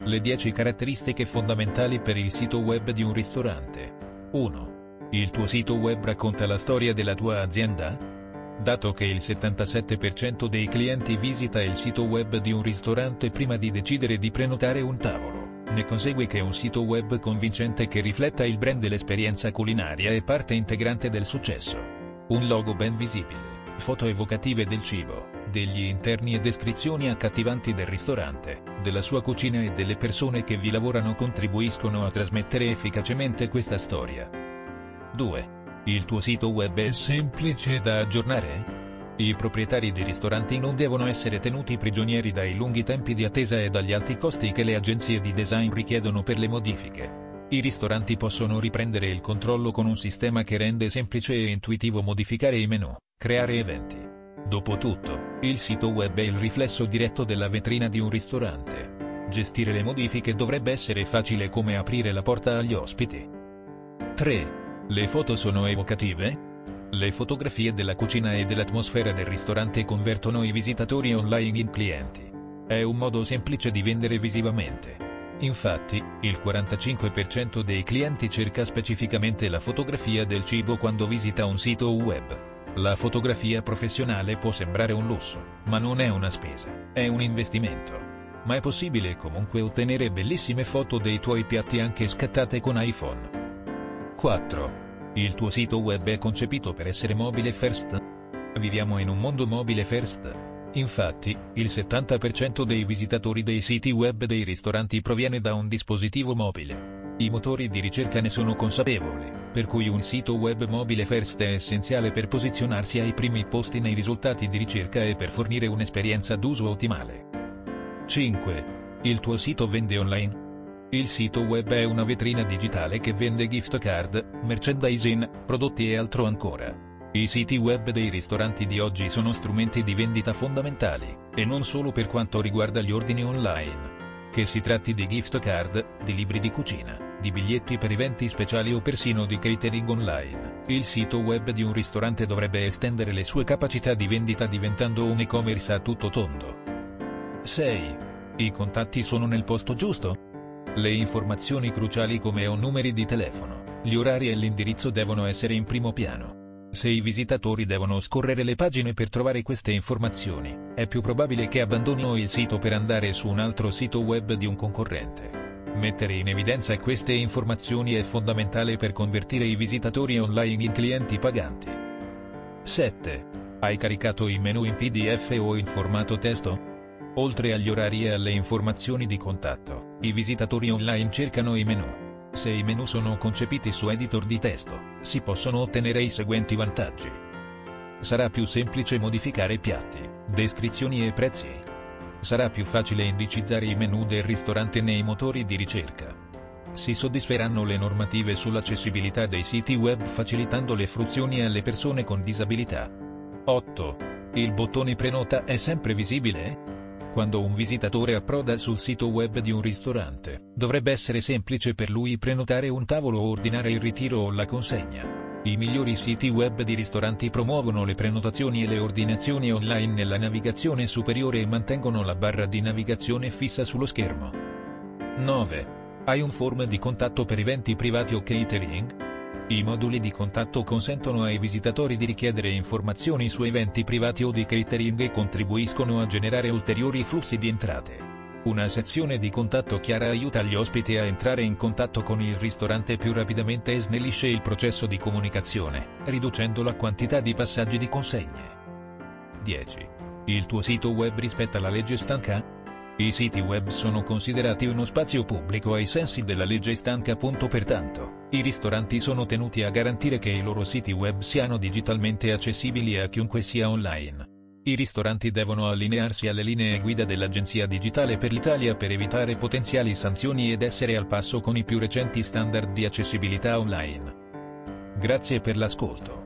Le 10 caratteristiche fondamentali per il sito web di un ristorante. 1. Il tuo sito web racconta la storia della tua azienda? Dato che il 77% dei clienti visita il sito web di un ristorante prima di decidere di prenotare un tavolo, ne consegue che un sito web convincente che rifletta il brand e l'esperienza culinaria è parte integrante del successo. Un logo ben visibile, foto evocative del cibo, degli interni e descrizioni accattivanti del ristorante, della sua cucina e delle persone che vi lavorano contribuiscono a trasmettere efficacemente questa storia. 2. Il tuo sito web è semplice da aggiornare? I proprietari di ristoranti non devono essere tenuti prigionieri dai lunghi tempi di attesa e dagli alti costi che le agenzie di design richiedono per le modifiche. I ristoranti possono riprendere il controllo con un sistema che rende semplice e intuitivo modificare i menu, creare eventi. Dopotutto, il sito web è il riflesso diretto della vetrina di un ristorante. Gestire le modifiche dovrebbe essere facile come aprire la porta agli ospiti. 3. Le foto sono evocative? Le fotografie della cucina e dell'atmosfera del ristorante convertono i visitatori online in clienti. È un modo semplice di vendere visivamente. Infatti, il 45% dei clienti cerca specificamente la fotografia del cibo quando visita un sito web. La fotografia professionale può sembrare un lusso, ma non è una spesa, è un investimento. Ma è possibile comunque ottenere bellissime foto dei tuoi piatti anche scattate con iPhone. 4. Il tuo sito web è concepito per essere mobile first? Viviamo in un mondo mobile first. Infatti, il 70% dei visitatori dei siti web dei ristoranti proviene da un dispositivo mobile. I motori di ricerca ne sono consapevoli, per cui un sito web mobile first è essenziale per posizionarsi ai primi posti nei risultati di ricerca e per fornire un'esperienza d'uso ottimale. 5. Il tuo sito vende online? Il sito web è una vetrina digitale che vende gift card, merchandising, prodotti e altro ancora. I siti web dei ristoranti di oggi sono strumenti di vendita fondamentali, e non solo per quanto riguarda gli ordini online. Che si tratti di gift card, di libri di cucina, di biglietti per eventi speciali o persino di catering online, il sito web di un ristorante dovrebbe estendere le sue capacità di vendita diventando un e-commerce a tutto tondo. 6. I contatti sono nel posto giusto? Le informazioni cruciali come numeri di telefono, gli orari e l'indirizzo devono essere in primo piano. Se i visitatori devono scorrere le pagine per trovare queste informazioni, è più probabile che abbandonino il sito per andare su un altro sito web di un concorrente. Mettere in evidenza queste informazioni è fondamentale per convertire i visitatori online in clienti paganti. 7. Hai caricato i menu in PDF o in formato testo? Oltre agli orari e alle informazioni di contatto, i visitatori online cercano i menu. Se i menu sono concepiti su editor di testo, si possono ottenere i seguenti vantaggi. Sarà più semplice modificare piatti, descrizioni e prezzi. Sarà più facile indicizzare i menu del ristorante nei motori di ricerca. Si soddisferanno le normative sull'accessibilità dei siti web facilitando le fruizioni alle persone con disabilità. 8. Il bottone prenota è sempre visibile? Quando un visitatore approda sul sito web di un ristorante, dovrebbe essere semplice per lui prenotare un tavolo o ordinare il ritiro o la consegna. I migliori siti web di ristoranti promuovono le prenotazioni e le ordinazioni online nella navigazione superiore e mantengono la barra di navigazione fissa sullo schermo. 9. Hai un form di contatto per eventi privati o catering? I moduli di contatto consentono ai visitatori di richiedere informazioni su eventi privati o di catering e contribuiscono a generare ulteriori flussi di entrate. Una sezione di contatto chiara aiuta gli ospiti a entrare in contatto con il ristorante più rapidamente e snellisce il processo di comunicazione, riducendo la quantità di passaggi di consegne. 10. Il tuo sito web rispetta la legge Stanca? I siti web sono considerati uno spazio pubblico ai sensi della legge Stanca. Pertanto, i ristoranti sono tenuti a garantire che i loro siti web siano digitalmente accessibili a chiunque sia online. I ristoranti devono allinearsi alle linee guida dell'Agenzia Digitale per l'Italia per evitare potenziali sanzioni ed essere al passo con i più recenti standard di accessibilità online. Grazie per l'ascolto.